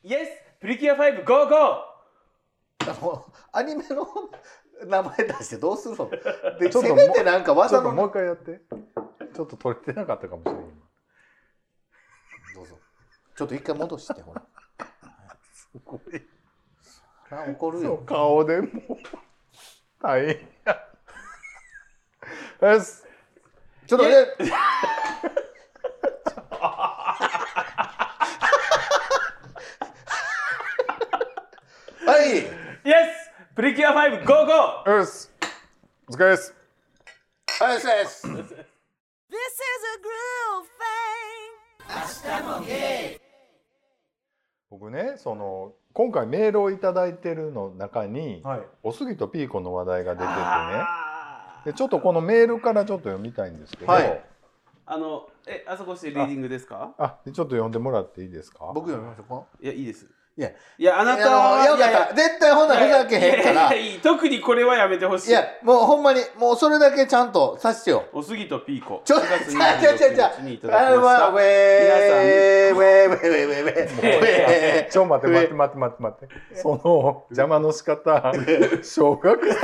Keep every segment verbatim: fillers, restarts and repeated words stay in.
イエスプリキュアファイブゴーゴー。 あのアニメの名前出してどうするの？でせめてなんか技のちょっともう一回やって。ちょっと取れてなかったかもしれない。 どうぞ。ちょっと一回戻してほら。 すごい。 そりゃ怒るよ。 顔でもう大変や。よし。 ちょっとね。はい。 イエスプリキュアファイブゴーゴー。 よし。お疲れです。 はいです。 This is a groove thing. 明日もゲイ。 僕ね、その今回メールをいただいてるの中に、はい、おすぎとピーコの話題が出ててね。でちょっとこのメールからちょっと読みたいんですけど。はい、 あのえあそこしてリーディングですか？ あ、あちょっと読んでもらっていいですか？ 僕読みましょうか。 いやいいです。 いやいやあなたはよかった。絶対ほんならふざけへんから。 いやいや特にこれはやめてほしい。 いやもうほんまにもうそれだけちゃんとさせてよ。 おすぎとピーコ。 ちょっとちょっとちょっとちょっと。あれはウェーウェーウェーウェーウェーウェー。 ちょ待って待って待って待って待って。その邪魔の仕方小学生。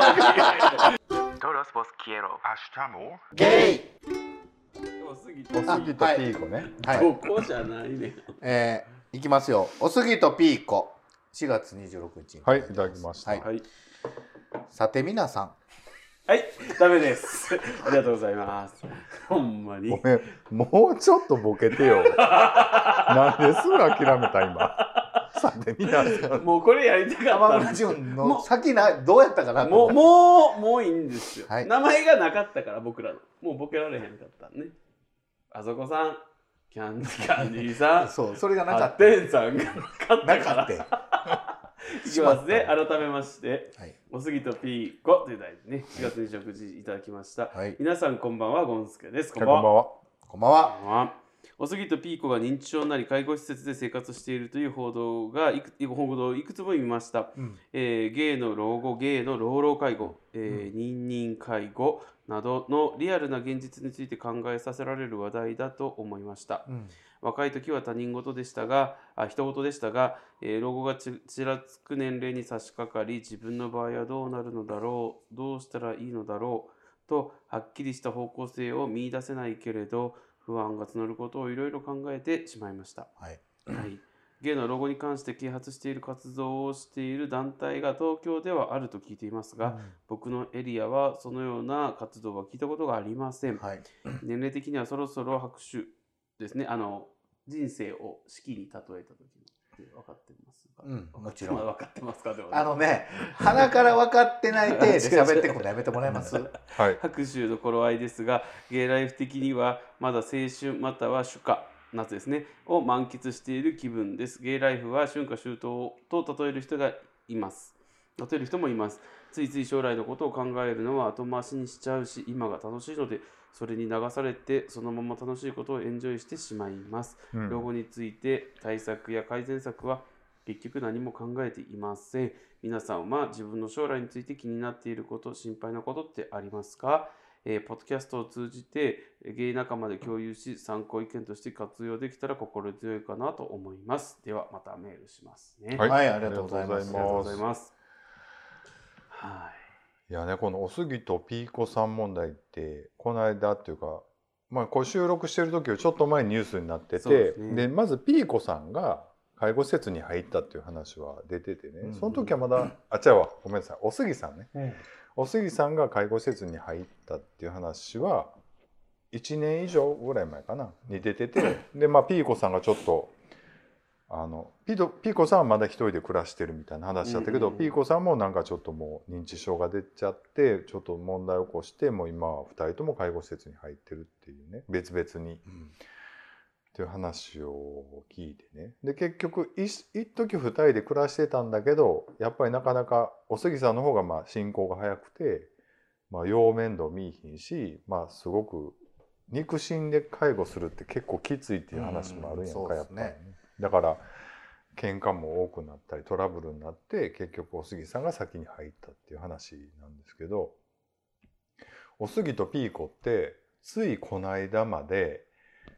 Todos vos quiero. 明日もゲイ。 おすぎとピーコね。 ここじゃないね。 えーいきますよ。おすぎとピーコしがつにじゅうろくにちにはいいただきました。はい、 さて皆さんはいダメです。ありがとうございます。ほんまにごめんもうちょっとボケてよ。なんですぐ諦めた今。さて皆さんもうこれやりたかったんですよ。 の先などうやったかな。 もうもうもういいんですよ、はい、名前がなかったから僕らのもうボケられへんかったね。あそこさんキャンディキャンディーさんそうそれがなかった。 てんさんがなかったからいきますね。改めまして、はい、おすぎとピーコという題でねしがつにじゅうろくにちいただきました、はい、皆さんこんばんはゴンスケです。 こんばんは。 こんばんは。 おすぎとピーコが認知症になり介護施設で生活しているという報道がいく報道をいくつも見ました、うんえー、ゲイの老後ゲイの老老介護、えー、認認介護などのリアルな現実について考えさせられる話題だと思いました、うん、若い時は他人事でしたがあ人事でしたが、えー、老後がちらつく年齢に差し掛かり自分の場合はどうなるのだろうどうしたらいいのだろうとはっきりした方向性を見出せないけれど不安が募ることをいろいろ考えてしまいました、はいはい、ゲイの老後に関して啓発している活動をしている団体が東京ではあると聞いていますが、うん、僕のエリアはそのような活動は聞いたことがありません、はい、年齢的にはそろそろ拍手ですね。あの人生を式に例えた時に分かってますか？ うん、もちろん分かってますか？でもね、 あのね鼻から分かってない程度喋ってくるのやめてもらえます？ はい、 拍手の頃合いですがゲイライフ的にはまだ青春または初夏夏ですねを満喫している気分です。ゲイライフは春夏秋冬と例える人がいます例える人もいます。ついつい将来のことを考えるのは後回しにしちゃうし今が楽しいのでそれに流されてそのまま楽しいことをエンジョイしてしまいます、うん、老後について対策や改善策は結局何も考えていません。皆さんは自分の将来について気になっていること心配なことってありますか？えー、ポッドキャストを通じてゲイ仲間で共有し参考意見として活用できたら心強いかなと思います。ではまたメールしますね。 はい、はい、ありがとうございます。 ありがとうございます。はい。 いやね、このおすぎとピーコさん問題ってこの間っていうか、まあ、これ収録してる時よりちょっと前にニュースになってて で,、ね、でまずピーコさんが介護施設に入ったっていう話は出ててね、うんうん、その時はまだあ違うわごめんなさいおすぎさんね、うん、おすぎさんが介護施設に入ったっていう話はいちねん以上ぐらい前かなに出ててで、まあ、ピーコさんがちょっとあのピーピーコさんはまだ一人で暮らしてるみたいな話だったけど、うんうんうん、ピーコさんもなんかちょっともう認知症が出ちゃってちょっと問題を起こしてもう今はふたりとも介護施設に入ってるっていうね別々に、うん、っていう話を聞いてねで結局一時ふたりで暮らしてたんだけどやっぱりなかなかおすぎさんの方がまあ進行が早くて、まあ、よう面倒見いひんし、まあ、すごく肉親で介護するって結構きついっていう話もあるんやんか、やっぱりね。だから喧嘩も多くなったりトラブルになって結局おすぎさんが先に入ったっていう話なんですけどおすぎとピーコってついこの間まで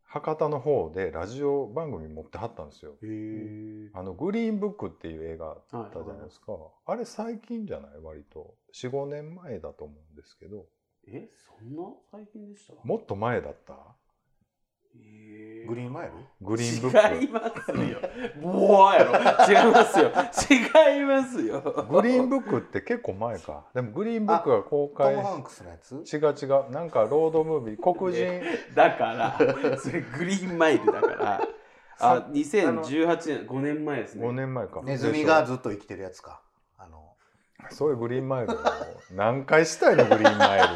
博多の方でラジオ番組持ってはったんですよ。 へえ。 あのグリーンブックっていう映画あったじゃないですか。あれ最近じゃない割とよん、ごねんまえだと思うんですけど。 え、そんな最近でした？ もっと前だった？ えー、 グリーンマイル？ グリーンブック。 違いますよ。もうやろ。違いますよ。違いますよ。 グリーンブックって結構前か。でもグリーンブックが公開。 トム・ハンクスのやつ？ 違う違う。なんかロードムービー黒人。 だからそれグリーンマイルだから。あ、にせんじゅうはちねん、ごねんまえですね。 ごねんまえか。 ネズミがずっと生きてるやつか。あのそういうグリーンマイルを何回したいのグリーンマイル。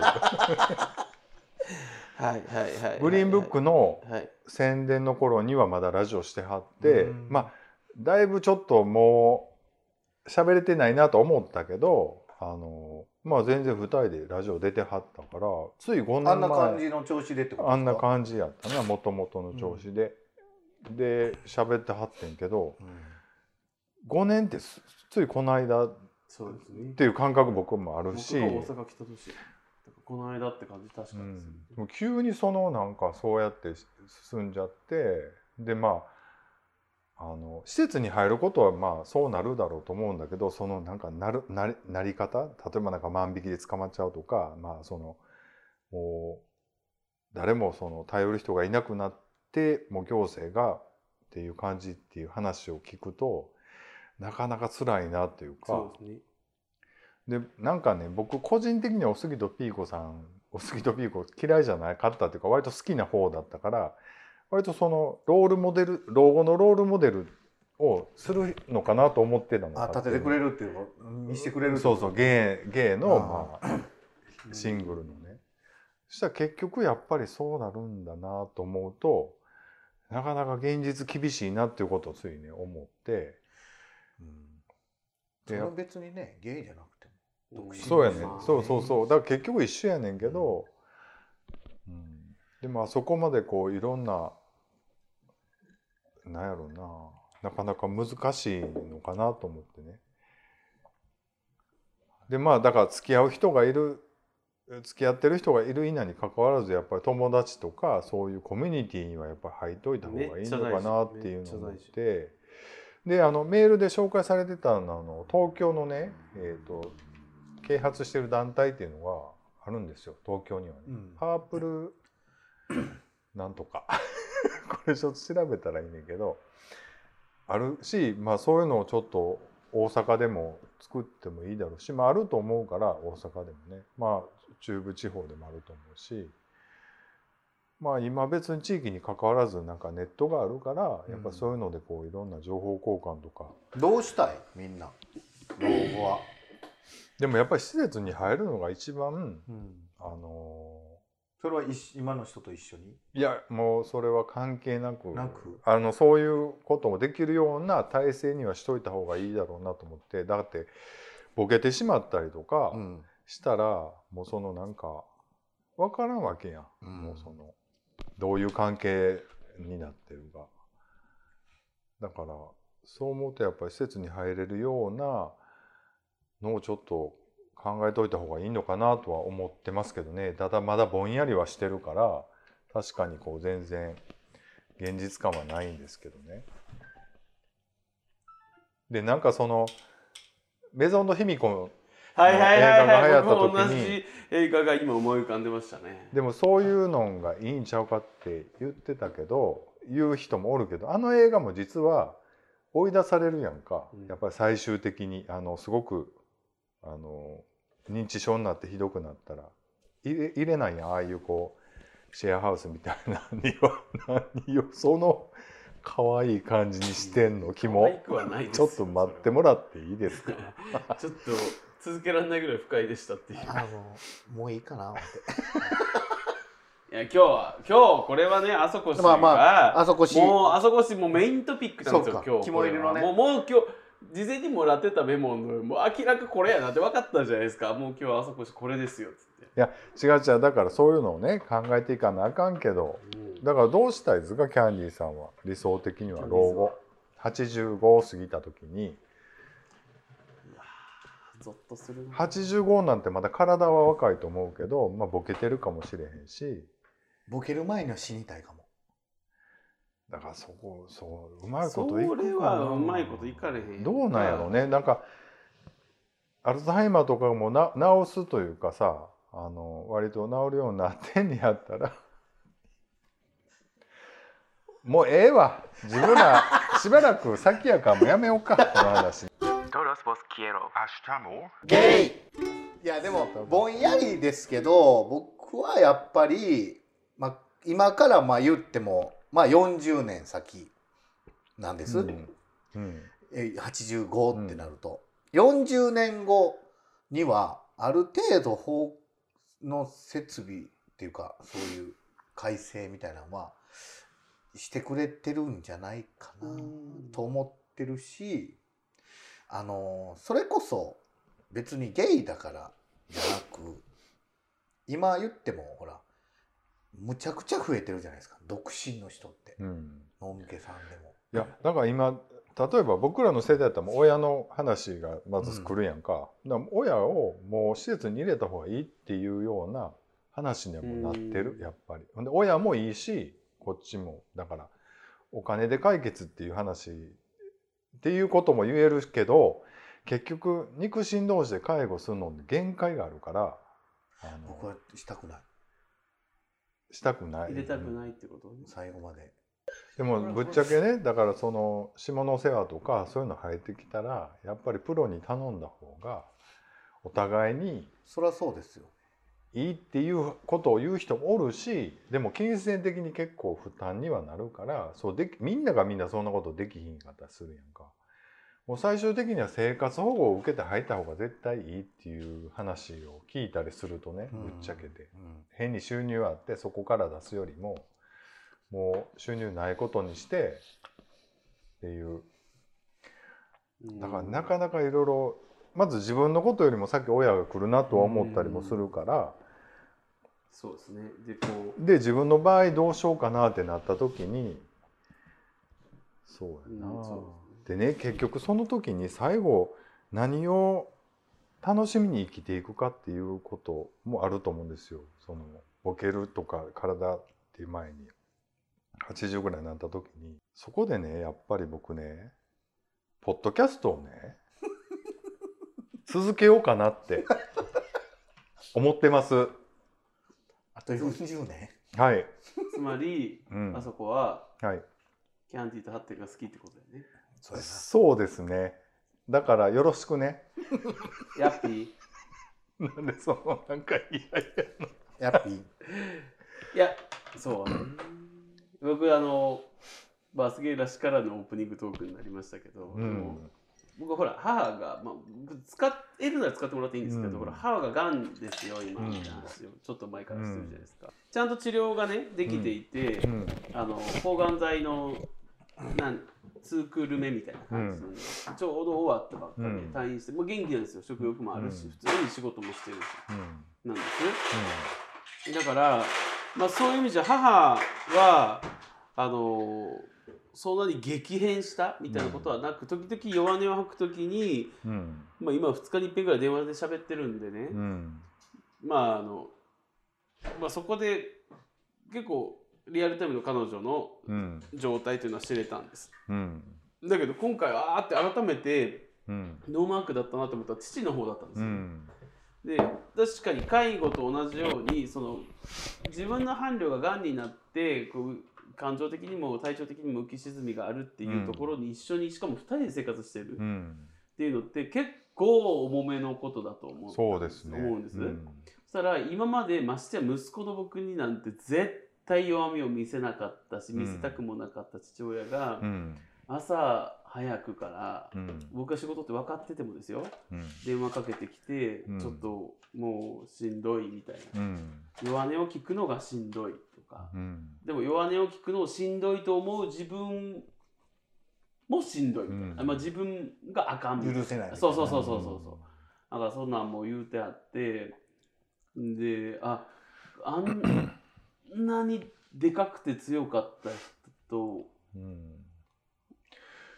はいはいはい。 グリーンブックのはい宣伝の頃にはまだラジオしてはって、 うん、 まあだいぶちょっともう喋れてないなと思ったけど、あのまあ全然ふたりでラジオ出てはったから、ついごねんまえあんな感じの調子でってことですか？ あんな感じやったな、もともとの調子で、うん、で喋ってはってんけど、うん、ごねんってついこの間っていう感覚僕もあるし、 僕が大阪来た年この間って感じ確かに、うん、 もう急にそのなんかそうやって進んじゃって、でまああの施設に入ることはまあそうなるだろうと思うんだけど、そのなんかなるなり、なり方、例えばなんか万引きで捕まっちゃうとか、まあそのもう誰もその頼る人がいなくなってもう行政がっていう感じっていう話を聞くとなかなか辛いなっていうか。 そうですね。 でなんかね、僕個人的にはおすぎとピーコさんおすぎとピーコ嫌いじゃなかったっていうか割と好きな方だったから、割とそのロールモデル老後のロールモデルをするのかなと思ってたのがあ、立ててくれるっていうの見せてくれる。 そうそう、ゲイゲイのまあシングルのね。そしたら結局やっぱりそうなるんだなと思うと、なかなか現実厳しいなっていうことをついね思って、 うん、それは別にねゲイじゃなくても独身、 そうやね、そうそうそう、だから結局一緒やねんけど、うん、でもあそこまでこういろんななんやろうな、なかなか難しいのかなと思ってね。でまあだから付き合う人がいる付き合ってる人がいるいないにかかわらず、やっぱり友達とかそういうコミュニティにはやっぱり入っといた方がいいのかなっていうのを思って、であのメールで紹介されてたの、あの東京のね、えーと啓発してる団体っていうのがあるんですよ、東京にはね、うん、パープルなんとかこれちょっと調べたらいいねんけどあるし、まあそういうのをちょっと大阪でも作ってもいいだろうし、まああると思うから大阪でもね、まあ中部地方でもあると思うし、まあ今別に地域に関わらずなんかネットがあるから、やっぱそういうのでこういろんな情報交換とか、 うん、どうしたいみんな老後は。 でもやっぱり施設に入るのが一番、うん、あのそれは今の人と一緒に、 いやもうそれは関係なくなくあのそういうこともできるような体制にはしといた方がいいだろうなと思って、だってボケてしまったりとかしたら、うん、もうそのなんか分からんわけやん、うん、もうそのどういう関係になってるか。だからそう思うとやっぱり施設に入れるようなのをちょっと考えといた方がいいのかなとは思ってますけどね。ただまだぼんやりはしてるから確かにこう全然現実感はないんですけどね。でなんかそのメゾンド卑弥呼の映画が流行った時に、 同じ映画が今思い浮かんでましたね。 でもそういうのがいいんちゃうかって言ってたけど、言う人もおるけど、あの映画も実は追い出されるやんか、やっぱり最終的にあのすごくあの認知症になってひどくなったら入れ入れないやん、ああいうこうシェアハウスみたいなには何をその可愛い感じにしてんの、キモ。ちょっと待ってもらっていいですかちょっと続けられないぐらい不快でしたっていう。 あのもういいかな思っていや今日は今日これはね、あそこしが、まあまあ、あそこしもうあそこしもうメイントピックなんですよ今日。 肝入りのね、 もうもう今日事前にもらってたメモのもう明らかこれやなって分かったじゃないですか。もう今日はあそこしこれですよっつって。 いや違う違う、だからそういうのをね考えていかなあかんけど、うん、だからどうしたいですかキャンディーさんは。理想的には老後はちじゅうごを過ぎた時に。 ゾッとするな。 はちじゅうごなんてまだ体は若いと思うけど、まあ、ボケてるかもしれへんし。 ボケる前には死にたいかも。 だからそこそううまいそこといくかな。 れはうまいこといかれへん。 どうなんやろうね。なんかアルツハイマーとかもな治すというかさ、あの割と治るようになってんねやったらもうええわ、自分らしばらく先やからもうやめようかこの話。 Todos vos quiero. Hasta more. ゲイ。いやでもぼんやりですけど、僕はやっぱり、まあ、今からまあ言ってもまあよんじゅうねん先なんです、 うんうん、 えはちじゅうごってなると、うん、よんじゅうねんごにはある程度法の設備っていうかそういう改正みたいなのはしてくれてるんじゃないかなと思ってるし、あのそれこそ別にゲイだからじゃなく、今言ってもほらむちゃくちゃ増えてるじゃないですか、独身の人って、うん、ノンケさんでも。 いやだから今例えば僕らの世代だったら親の話がまず来るやんか、うん、だから親をもう施設に入れた方がいいっていうような話にはもうなってる、やっぱり。で親もいいしこっちも、だからお金で解決っていう話っていうことも言えるけど、結局肉親同士で介護するのに限界があるから、 あの僕はしたくないしたくない入れたくないってことね、 うん、最後まで。 でもぶっちゃけね、だからその下の世話とかそういうの入ってきたらやっぱりプロに頼んだ方がお互いにそりゃそうですよいいっていうことを言う人もおるし、でも金銭的に結構負担にはなるから、そうでみんながみんなそんなことできひんかったりするやんか。もう最終的には生活保護を受けて入った方が絶対いいっていう話を聞いたりするとね、ぶっちゃけて、うん、変に収入あってそこから出すよりももう収入ないことにしてっていう。だからなかなかいろいろ、まず自分のことよりもさっき親が来るなとは思ったりもするから、 そうですね。でこうで自分の場合どうしようかなってなった時に、そうやな、うん、そうでね、結局その時に最後何を楽しみに生きていくかっていうこともあると思うんですよ。そのボケるとか体っていう前にはちじゅうぐらいになった時に、そこでねやっぱり僕ねポッドキャストをね続けようかなって思ってます。 あとよんじゅうねん。はい。 つまり、うん、あそこは、 はい、 キャンディーとハッテが好きってことだよね。 そうそうですね。だからよろしくね。 ヤッピー。なんでそのなんかいやいやヤッピー。 いやそうね。僕あのバースゲイらしからのオープニングトークになりましたけど、うん、僕ほら母が、まあ、使えるなら使ってもらっていいんですけど、うん、ほら母ががんですよ今みたいな話をちょっと前からしてるじゃないですか、うん、ちゃんと治療がねできていて、うん、あの抗がん剤のなんにクール目みたいな感じで、うん、ちょうど終わったばっかりで退院して、もう元気なんですよ、食欲もあるし、うん、普通に仕事もしてるし、うん、なんです、うん、だから、まあ、そういう意味じゃ母はあのそんなに激変したみたいなことはなく、時々弱音を吐くときに、うん、まあ今ふつかにいっぺんぐらい電話で喋ってるんでね、うん、まああの、まあ、そこで結構リアルタイムの彼女の状態というのは知れたんです、うん、だけど今回あーって改めてノーマークだったなと思ったら父の方だったんですよ、うん、で確かに介護と同じようにその自分の伴侶ががんになってこう感情的にも体調的にも浮き沈みがあるっていうところに一緒に、しかもふたりで生活してるっていうのって結構重めのことだと思う。 そうですね。 思うんです、うん、そしたら今までましてや息子の僕になんて絶対弱みを見せなかったし見せたくもなかった父親が、うん、朝早くから、うん、僕が仕事って分かっててもですよ、うん、電話かけてきて、うん、ちょっともうしんどいみたいな、うん、弱音を聞くのがしんどいとか、うん、でも弱音を聞くのをしんどいと思う自分もしんどいみたいな、うん、まあ、自分があかんみたいな、 許せないみたいな、 そうそうそうそうそうそう、だからそんなんも言うてあって、で、あ、あんなにでかくて強かった人と、うん、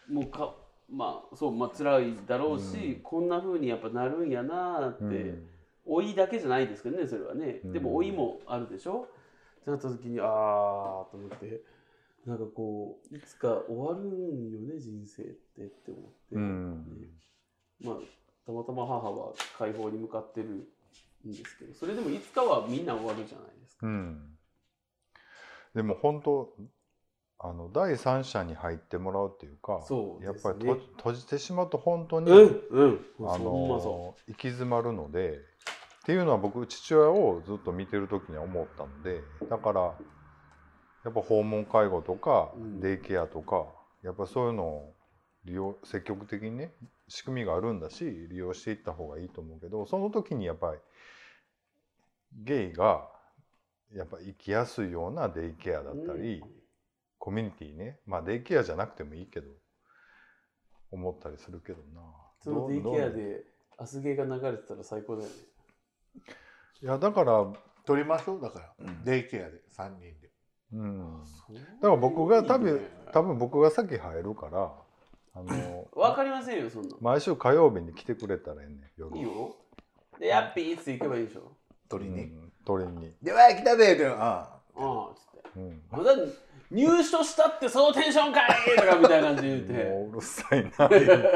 もうかまあそう、まあ辛いだろうし、うん、こんな風にやっぱなるんやなって、うん、老いだけじゃないですけどね、それはね、うん、でも老いもあるでしょってなった時に、あーと思って、 なんかこういつか終わるんよね人生ってって思って、 うんね、まあたまたま母は解放に向かってるんですけど、それでもいつかはみんな終わるじゃないですか。 うん、でも本当あの第三者に入ってもらうっていうか、 そうやっですね、 ぱりと閉じてしまうと本当に、 うんうんあほんまその行き詰まるのでっていうのは僕父親をずっと見てる時には思ったので、だからやっぱ訪問介護とかうんデイケアとかやっぱそういうのを利用積極的にね仕組みがあるんだし利用していった方がいいと思うけど、その時にやっぱりゲイがやっぱ生きやすいようなデイケアだったり、 うんコミュニティね、まあデイケアじゃなくてもいいけど思ったりするけどな。 そのデイケアでアスゲーが流れてたら最高だよね。 いやだから取りましょうだから、うん、デイケアでさんにんで。 うん。だから僕が多分多分僕が先入るから、あのわかりませんよそんな。 毎週火曜日に来てくれたらええねん夜。 いいよ。でやっぴーって行けばいいでしょ。 取りに。うん、 取りに。 でわ来たでってあああつって。 うん。 まだ入所したってそのテンションかいとかみたいな感じで言って。 もううるさいな言って、ね。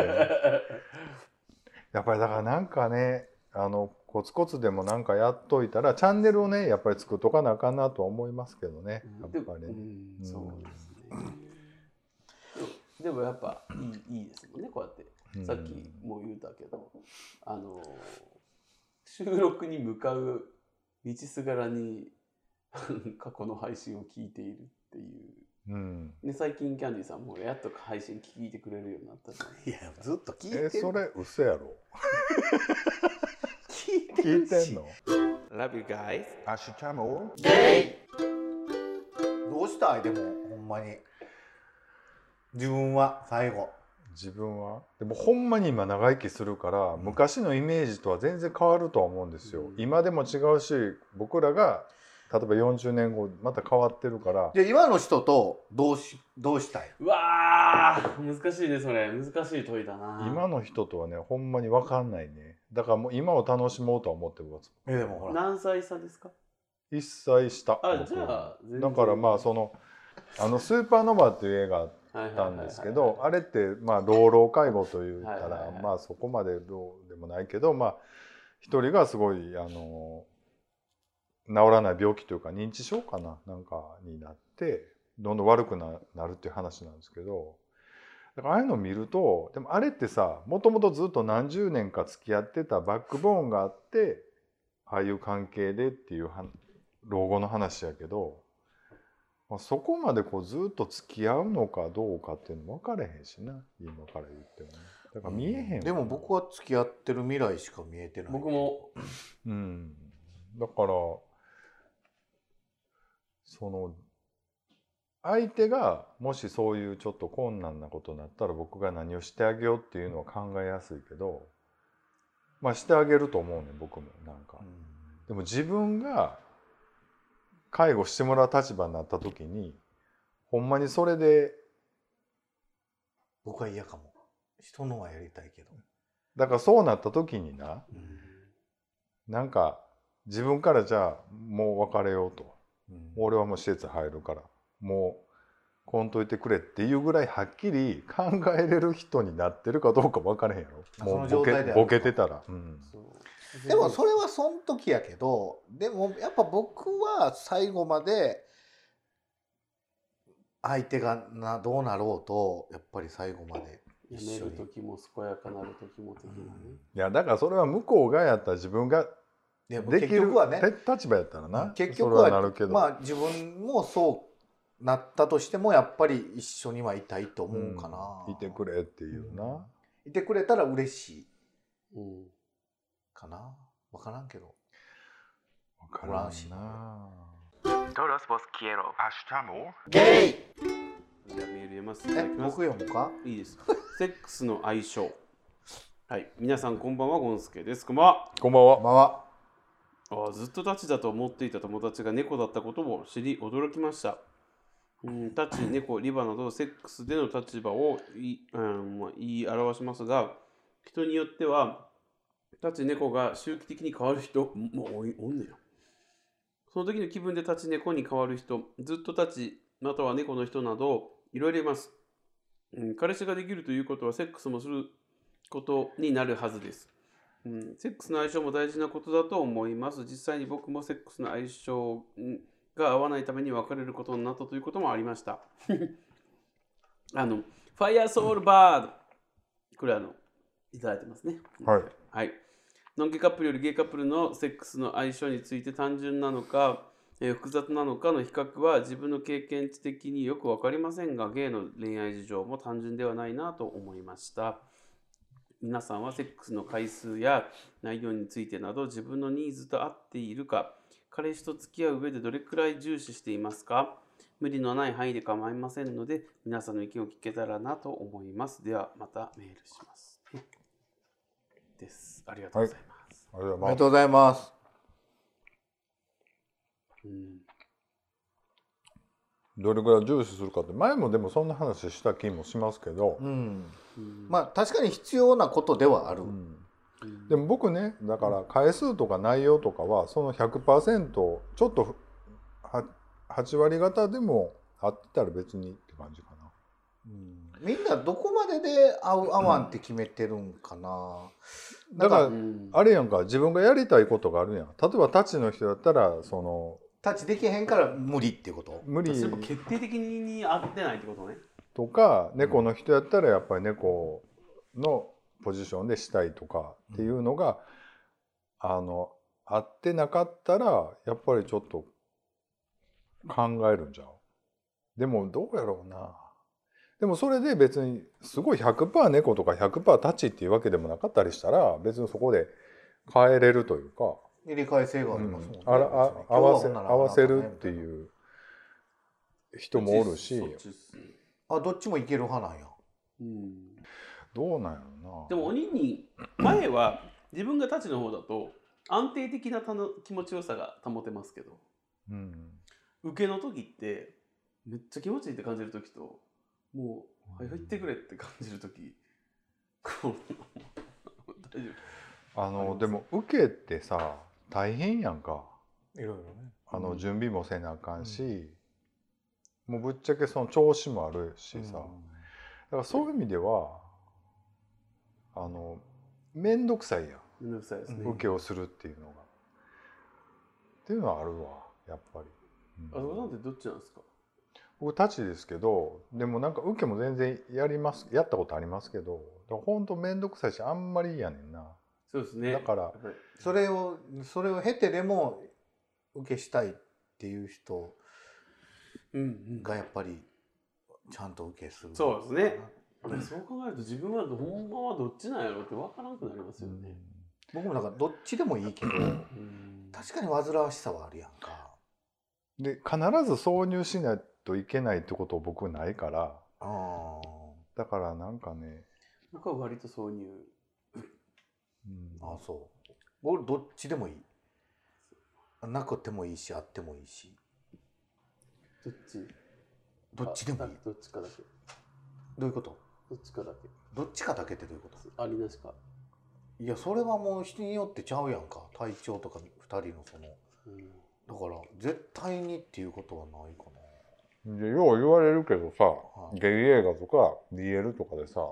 やっぱりだからなんかね、あのコツコツでもなんかやっといたらチャンネルをねやっぱり作っとかなあかんなとは思いますけどね。やっぱり、ね。うん、 そうですね。でもやっぱいいいいですもんねこうやって。うん、さっきも言ったけど、あの収録に向かう道すがらに過去の配信を聞いているっていう、うん、で最近キャンディーさんもやっと配信聞いてくれるようになったじゃないですか。 いやずっと聞いてる。 えそれ嘘やろ。 聞いてるし。 聞いてんの Love you guys。 明日もどうしたいでもほんまに自分は最後。 自分はでもほんまに今長生きするから、うん、昔のイメージとは全然変わるとは思うんですよ、うん、今でも違うし僕らが例えばよんじゅうねんごまた変わってるから。 で今の人とどうしどうしたい。 うわー難しいねそれ。難しい問いだな。 今の人とはねほんまに分かんないね。だからもう今を楽しもうとは思ってます。 えでもほら何歳差ですか。 いっさい下。 あじゃあだからまあそのあのスーパーノヴァっていう映画たんですけど、あれってまあ老老介護と言ったらまあそこまで老でもないけど、まあ一人がすごいあの治らない病気というか認知症かななんかになってどんどん悪くなるっていう話なんですけど、だからああいうのを見るとでもあれってさもともとずっと何十年か付き合ってたバックボーンがあってああいう関係でっていう老後の話やけど。まあ、そこまでこうずっと付き合うのかどうかっていうのも分かれへんしな今から言ってもね。だから見えへん、うん、 でも僕は付き合ってる未来しか見えてない。 僕も、 うん、だからその相手がもしそういうちょっと困難なことになったら僕が何をしてあげようっていうのは考えやすいけどまあしてあげると思うね僕もなんか、うん、でも自分が介護してもらう立場になった時にほんまにそれで僕は嫌かも。人のはやりたいけどだからそうなった時にな、うん、なんか自分からじゃあもう別れようと、うん、俺はもう施設入るからもうこんといてくれっていうぐらいはっきり考えれる人になってるかどうか分からへんやろもうボケ、ボケてたら、うん、 でもそれはその時やけどでもやっぱ僕は最後まで相手がなどうなろうとやっぱり最後まで一緒にやめる時も健やかなる時も的なね、うん、 いやだからそれは向こうがやったら自分ができる立場やったらな結局はなるけどまあ自分もそうなったとしてもやっぱり一緒にはいたいと思うかな、 うん、いてくれっていうな、うん、 いてくれたら嬉しい、うんかな分からんけど分からんしな。 Todos vos quiero. 明日もゲイ。 じゃあメール読ませていいただきます。 僕読むか。 いいですセックスの相性。はい皆さんこんばんはゴンスケです。こんばんは。 こんばんは。 こんばんは。 あずっとタチだと思っていた友達が猫だったことを知り驚きました。うん、タチ、猫、リバなどセックスでの立場をい、うんまあ、言い表しますが人によってはタチ猫が周期的に変わる人もうおんねよ。その時の気分でタチ猫に変わる人、ずっとタチまたは猫の人などいろいろいます、うん。彼氏ができるということはセックスもすることになるはずです。うん、セックスの相性も大事なことだと思います。実際に僕もセックスの相性が合わないために別れることになったということもありました。あの、ファイアソウルバード。これあの、いただいてますね。 はい。 はい。ノンゲイカップルよりゲイカップルのセックスの相性について単純なのか、えー、複雑なのかの比較は自分の経験値的によくわかりませんが、ゲイの恋愛事情も単純ではないなと思いました。皆さんはセックスの回数や内容についてなど自分のニーズと合っているか、彼氏と付き合う上でどれくらい重視していますか？無理のない範囲で構いませんので、皆さんの意見を聞けたらなと思います。ではまたメールします。です。ありがとうございます。 はい、ありがとうございます。 うん、 どれぐらい重視するかって前もでもそんな話した気もしますけど、 うんうん、まあ確かに必要なことではある、うんうん、でも僕ねだから回数とか内容とかはその ひゃくパーセント ちょっとはち割方でもあってたら別にって感じかな、 うん、みんなどこまでで合う合わんって決めてるんかな、 うん、だからあれやんか自分がやりたいことがあるやん。例えばタッチの人だったらそのタッチできへんから無理ってこと？ 無理。 それも決定的に合ってないってことね。 とか猫の人やったらやっぱり猫のポジションでしたいとかっていうのが、うん、あの合ってなかったらやっぱりちょっと考えるんじゃん。でもどうやろうな。でもそれで別にすごい ひゃくパーセント 猫とか ひゃくパーセント タッチっていうわけでもなかったりしたら別にそこで変えれるというか。 入れ替え性がありますもんね、 うん、あらあ合わせ合わせるっていう人もおるし、 あどっちもいける派なんや、 うん、 どうなんやろな。 でも鬼に前は自分がタッチの方だと安定的なたの気持ちよさが保てますけど、うん、受けの時ってめっちゃ気持ちいいって感じる時ともう入ってくれって感じる時大丈夫。あのでも受けってさ大変やんか。 いろいろね。 あの準備もせなあかんし、うん、もうぶっちゃけその調子もあるしさ、うん、だからそういう意味ではあの面倒くさいやん。 面倒くさいですね。 受けをするっていうのがっていうのはあるわやっぱり。 あそこさんってどっちなんですか？ 僕タッチですけど、でもなんか受けも全然やりますやったことありますけど、ほんと面倒くさいしあんまりやねんな。 そうですね。 だからそれをそれを経てでも受けしたいっていう人がやっぱりちゃんと受けする。 そうですね。そう考えると自分はほんまはどっちなんやろって分からなくなりますよね。 うん、僕もなんかどっちでもいいけど、うん、確かに煩わしさはあるやんか。 で必ず挿入しないといけないってことを僕ないから、あだからなんかね。 僕は割と挿入。 うん、ああそう僕どっちでもいい。なくてもいいしあってもいいし。 どっちどっちでもいい。 どっちかだけ。 どういうこと？ どっちかだけ。 どっちかだけってどういうこと？ ありなしか。 いやそれはもう人によってちゃうやんか。体調とかふたりのその、うん、だから絶対にっていうことはないかな。 でよう言われるけどさ、はい、ゲイ映画とか ディーエル とかでさ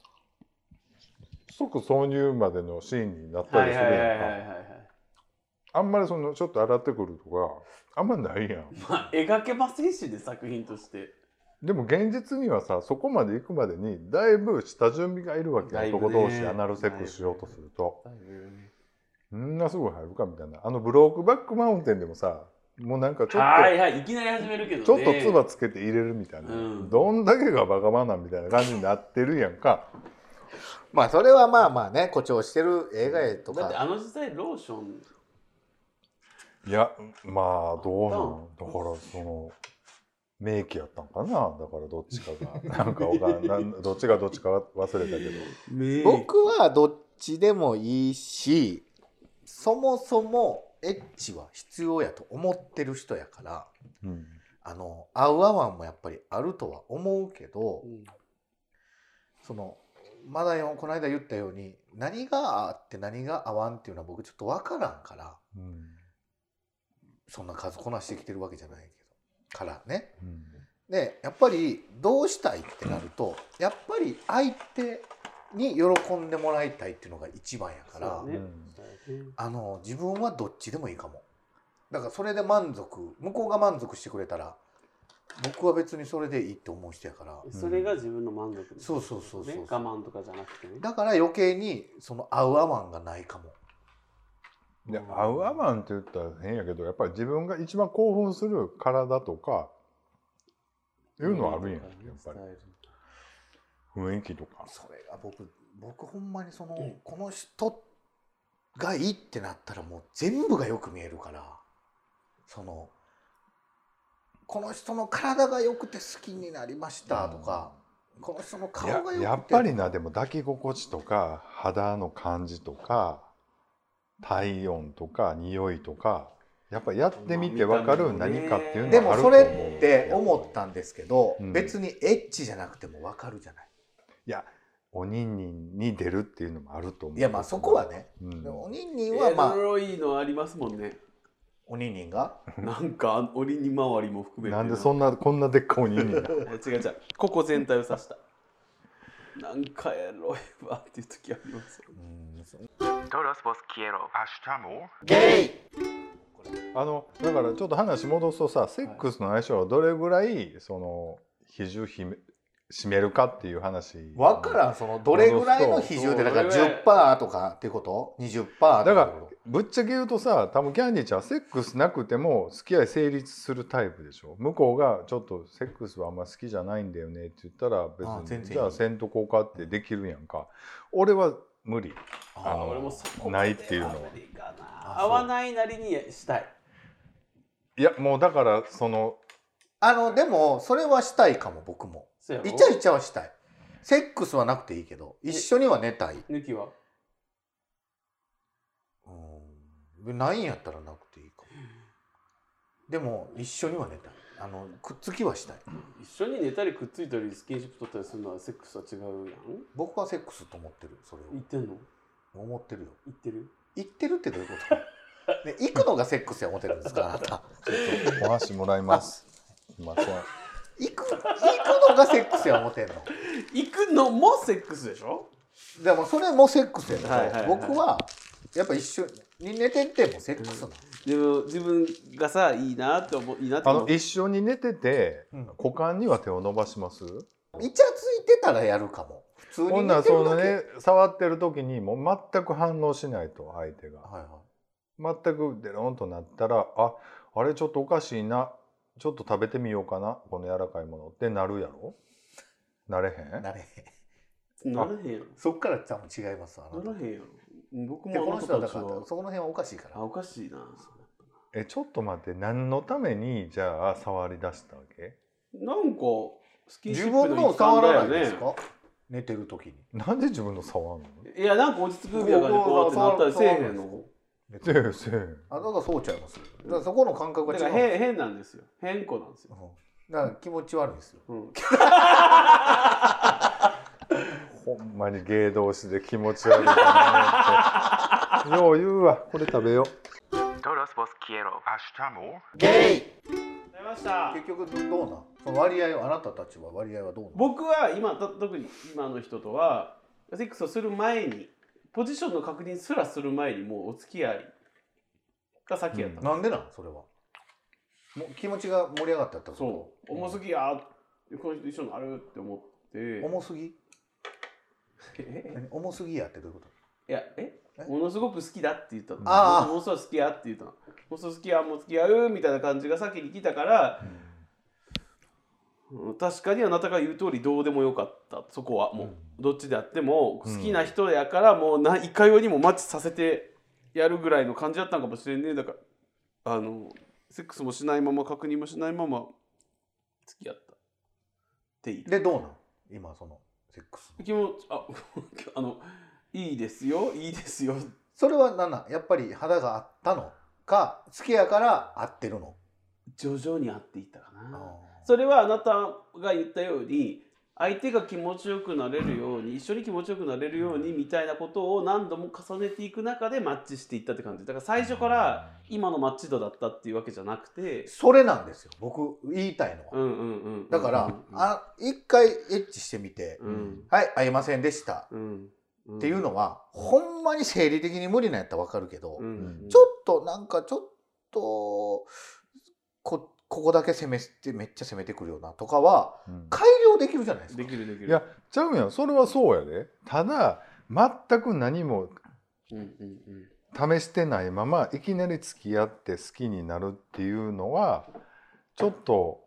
即挿入までのシーンになったりするやんか。あんまりそのちょっと洗ってくるとかあんまないやん。 まあ描けませんしね作品として。でも現実にはさそこまで行くまでにだいぶ下準備がいるわけよ。男同士アナルセックスしようとすると。そんなすぐ入るかみたいな。あのブロークバックマウンテンでもさもうなんかちょっとはいはいいきなり始めるけどね。 ちょっと唾つけて入れるみたいな、うん、どんだけがバカバナみたいな感じになってるやんか。 まあそれはまあまあね誇張してる映画へとか。 だってあの時代ローションいやまあどうなんだからその名機やったんかな。だからどっちかがなんかわかんどっちがどっちか忘れたけど僕はどっちでもいいしそもそもエッチは必要やと思ってる人やから、うん、あの合う合わんもやっぱりあるとは思うけど、うん、そのまだこの間言ったように何があって何が合わんっていうのは僕ちょっと分からんから、うん、そんな数こなしてきてるわけじゃないけどからね、うん、 でやっぱりどうしたいってなるとやっぱり相手に喜んでもらいたいっていうのが一番やから、 そうねあの自分はどっちでもいいかも。だからそれで満足向こうが満足してくれたら僕は別にそれでいいって思う人やから、 それが自分の満足、 そうそうそうそう、 我慢とかじゃなくてね。 だから余計にその合う合わんがないかも。 で合う合わんって言ったら変やけどやっぱり自分が一番興奮する体とかいうのはあるんやん、やっぱり雰囲気とか。 それが僕僕ほんまにその、うん、この人がいいってなったらもう全部がよく見えるから、そのこの人の体が良くて好きになりましたとか、うん、この人の顔が良くてや, やっぱりなでも抱き心地とか肌の感じとか体温とか匂いとかやっぱりやってみて分かる何かっていうのはあると思う。 でもそれって思ったんですけど、うん、別にエッチじゃなくても分かるじゃない。 いやおにんにんに出るっていうのもあると思う。 いやまあそこはね、うん、おにんにんはまあエロいのありますもんね。 おにんにんがなんかおにんにん周りも含めてなんでそんなこんなでっかいおにんにんが違う違うここ全体を指したなんかエロいわっていう時ありますよ。 Todos vos quiero. Hasta more. ゲイ。 あのだからちょっと話戻すとさ、セックスの相性はどれぐらいその比重ひめ占めるかっていう話。 分からん、そのどれぐらいの比重でだから じゅっパーセント とかっていうこと にじゅっパーセントだからぶっちゃけ言うとさ、多分キャンディーちゃんはセックスなくても付き合い成立するタイプでしょ。向こうがちょっとセックスはあんま好きじゃないんだよねって言ったら別にじゃあせんとこうかってできるやんか。俺は無理。あの俺もそこないっていうのは合わないなりにしたい。 いやもうだからそのあのでもそれはしたいかも。僕もイチャイチャはしたい。セックスはなくていいけど一緒には寝たい。 抜きはうんないんやったらなくていいかも。でも一緒には寝たい。あのくっつきはしたい。 一緒に寝たりくっついたりスキンシップ取ったりするのはセックスは違うやん。 僕はセックスと思ってる。それを言ってんの？ 思ってるよ。 言ってる？ 言ってるってどういうことね、行くのがセックスや思ってるんですかあなた。 お箸もらいます。すいません。 行く行くのがセックスや思ってんの。 行くのもセックスでしょ。 でもそれもセックスやけど、 はいはいはい、僕はやっぱ一緒に寝ててもセックスなの。 でも自分がさいいなって思いいなって思う。あの一緒に寝てて、うん、股間には手を伸ばします？ イチャついてたらやるかも。普通に寝てるだけ。 ほんならそのね触ってる時にもう全く反応しないと相手が、はいはい、全くデロンとなったらああれちょっとおかしいな。ちょっと食べてみようかなこの柔らかいものってなるやろ。なれへん。 なれへん。なれへんやろ。 そっから多分違います。 ならへんやろ。僕もこの人はだからそこの辺はおかしいから。 あおかしいな。 えちょっと待って何のためにじゃあ触り出したわけ？ なんかスキンシップの自分の触らないですか？ 寝てる時に。 なんで自分の触るの？ いやなんか落ち着くみたいな感じでこうってなったりせえへんの。 せえせえ。 あだからそうちゃいます。だからそこの感覚が違う。 だから変変なんですよ。変子なんですよ。 うん、だから気持ち悪いですよ。うん、 ほんまに芸同士で気持ち悪いかなって。よう言うわ。これ食べよう。 Todos vos quiero. Hasta more. ゲイ。 出ました。 結局どうなん？その割合はあなたたちは割合はどうなん？ 僕は今特に今の人とはセックスをする前に。ポジションの確認すらする前にもうお付き合いが先やった、 うん、なんでなんそれはもう気持ちが盛り上がったってこと。 そう重すぎやこの人一緒になるって思って重すぎえ重すぎやってどういうこと。 いやえものすごく好きだって言ったの。 あものすごく好きやって言ったの。ものすごく好きやもう付き合うみたいな感じが先に来たから、うん、確かにあなたが言う通りどうでもよかったそこはもう、うん、どっちであっても好きな人やからもうないかようにもマッチさせてやるぐらいの感じだったのかもしれんね。だからあのセックスもしないまま確認もしないまま付き合ったっていい。 でどうなん今そのセックス気持ちああのいいですよいいですよ。 それは何なんやっぱり肌があったのか好きやから合ってるの。 徐々に合っていったかな。それはあなたが言ったように相手が気持ちよくなれるように一緒に気持ちよくなれるようにみたいなことを何度も重ねていく中でマッチしていったって感じだから最初から今のマッチ度だったっていうわけじゃなくてそれなんですよ僕言いたいのは、 うんうんうん、 だから、 うんうん、 あ一回エッチしてみて、 うん、 はい会いませんでした、 うんうん、 っていうのは、うん、ほんまに生理的に無理なんやったら分かるけど、 うんうん、 ちょっとなんかちょっとこここだけ攻めてめっちゃ攻めてくるよなとかは、うん、改良できるじゃないですか。 できるできる。 いやちゃうやんそれはそうやで。ただ全く何も試してないままいきなり付き合って好きになるっていうのはちょっと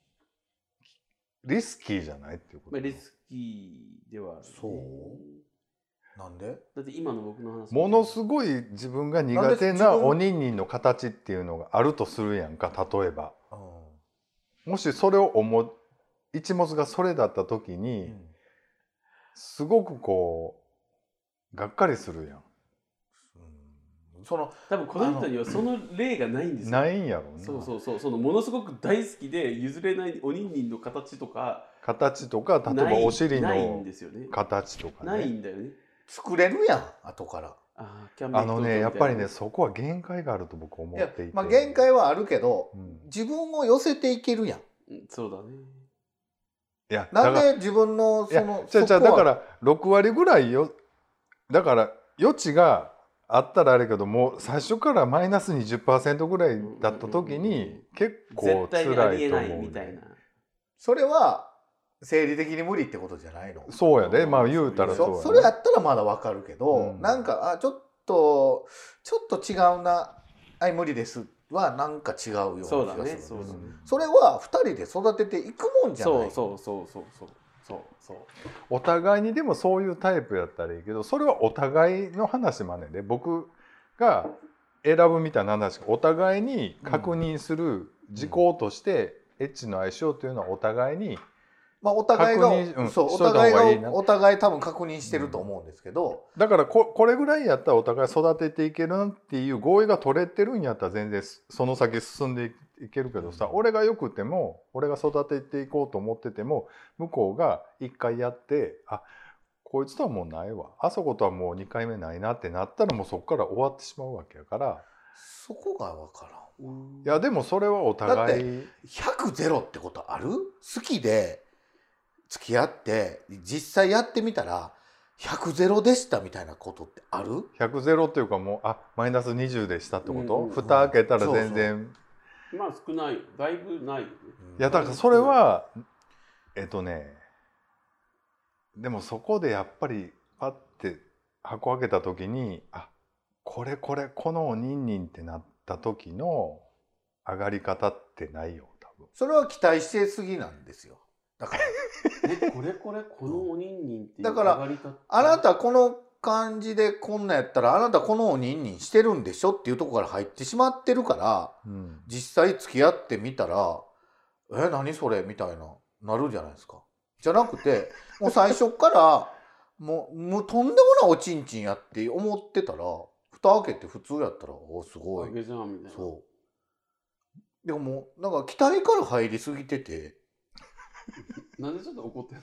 リスキーじゃないっていうこと。 まあ、リスキーではある、ね、 そうなんでだって今の僕の話ものすごい自分が苦手なおにんにんの形っていうのがあるとするやんか。例えば、うん、もしそれを思う一物がそれだった時に、うん、すごくこうがっかりするやん。 うん、その多分この人にはその例がないんですよ。 ないんやろうな。 そうそうそうそのものすごく大好きで譲れないおにんにんの形とか形とか例えばお尻の形とかね。 ないんだよね。 作れるやん後から。 あ, あのねやっぱりねそこは限界があると僕思っていて。 まあ、限界はあるけど、うん、自分を寄せていけるやん。 うん、そうだね。 いやなんで自分のそのじゃじゃだからろくわりぐらいよだから余地があったらあれけども最初からマイナス にじゅっパーセント ぐらいだった時に結構辛いと思う。絶対にありえないみたいな。 それは生理的に無理ってことじゃないの。 そうやでまあ言うたらそうや、ね、 それやったらまだわかるけど、うん、なんかあちょっとちょっと違うなはい無理ですはなんか違うような気がする。そうだね。そうそう。それはふたりで育てていくもんじゃない。 そうそうそうそうそうそうそう。 お互いにでもそういうタイプやったらいいけどそれはお互いの話もあんねんで僕が選ぶみたいな話お互いに確認する事項として、うん、エッチの相性というのはお互いにまあお互いが、うん、そうお互いがいいお互い多分確認してると思うんですけど、 うん、だから こ, これぐらいやったらお互い育てていけるっていう合意が取れてるんやったら全然その先進んでいけるけどさ、うん、俺がよくても俺が育てていこうと思ってても向こうがいっかいやってあこいつとはもうないわあそことはもうにかいめないなってなったらもうそこから終わってしまうわけやからそこが分からん。 いやでもそれはお互いだってひゃくゼロってことある？好きで付き合って実際やってみたらひゃくゼロでしたみたいなことってある？ ひゃくゼロっていうかもうあマイナスにじゅうでしたってこと、うん、蓋開けたら全然、うん、 そうそうまあ少ないだいぶない、ね、 いやだからそれはえっとねでもそこでやっぱりパッて箱開けた時にあこれこれこのおにんにんってなった時の上がり方ってないよ多分。 それは期待してすぎなんですよ。だからえこれこれこのおにんにんっていうだからあなたこの感じでこんなんやったらあなたこのおにんにんしてるんでしょっていうところから入ってしまってるから、うん、実際付き合ってみたらえ何それみたいななるじゃないですか。じゃなくてもう最初からもう、もうとんでもないおちんちんやって思ってたら蓋開けて普通やったらおすごい。そうでももうなんか期待から入りすぎててなんでちょっと怒ってんの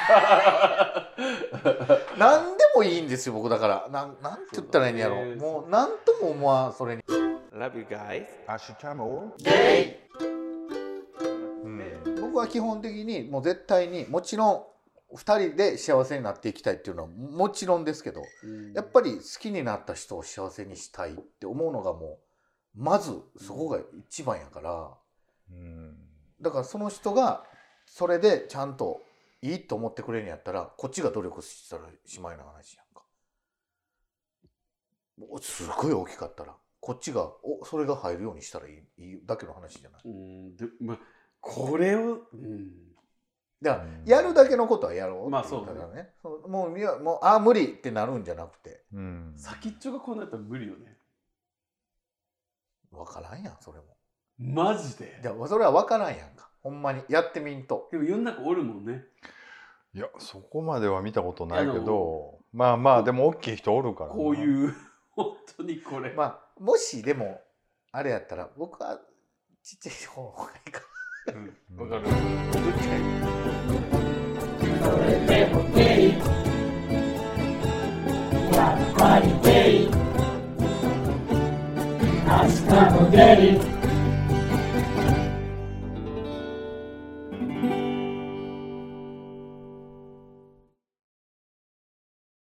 何でもいいんですよ僕だからなんなんて言ったらいいんやろう、もう何とも思わんそれに Love you guys 明日もゲイ、うん、僕は基本的にもう絶対にもちろんふたりで幸せになっていきたいっていうのはもちろんですけど、うん、やっぱり好きになった人を幸せにしたいって思うのがもうまずそこが一番やから、うん、だからその人がそれでちゃんといいと思ってくれるんやったらこっちが努力したらしまいな話やんか。すごい大きかったらこっちがおそれが入るようにしたらいい、いいだけの話じゃない。 うんで、まあ、これを、うん、 だからやるだけのことはやろうって。 まあそうだね。もういやもうあ無理ってなるんじゃなくて、 うん、先っちょがこうなったら無理よね。 分からんやんそれも。 マジで。 じゃそれは分からんやんか。ほんまにやってみんと。 でも世の中おるもんね。 いやそこまでは見たことないけどまあまあでも大きい人おるからな。 こういう本当にこれ。 まあもしでもあれやったら僕はちっちゃい方がいいかな。 うん、分かる。 れでもゲイやっぱりゲイ明日もゲイ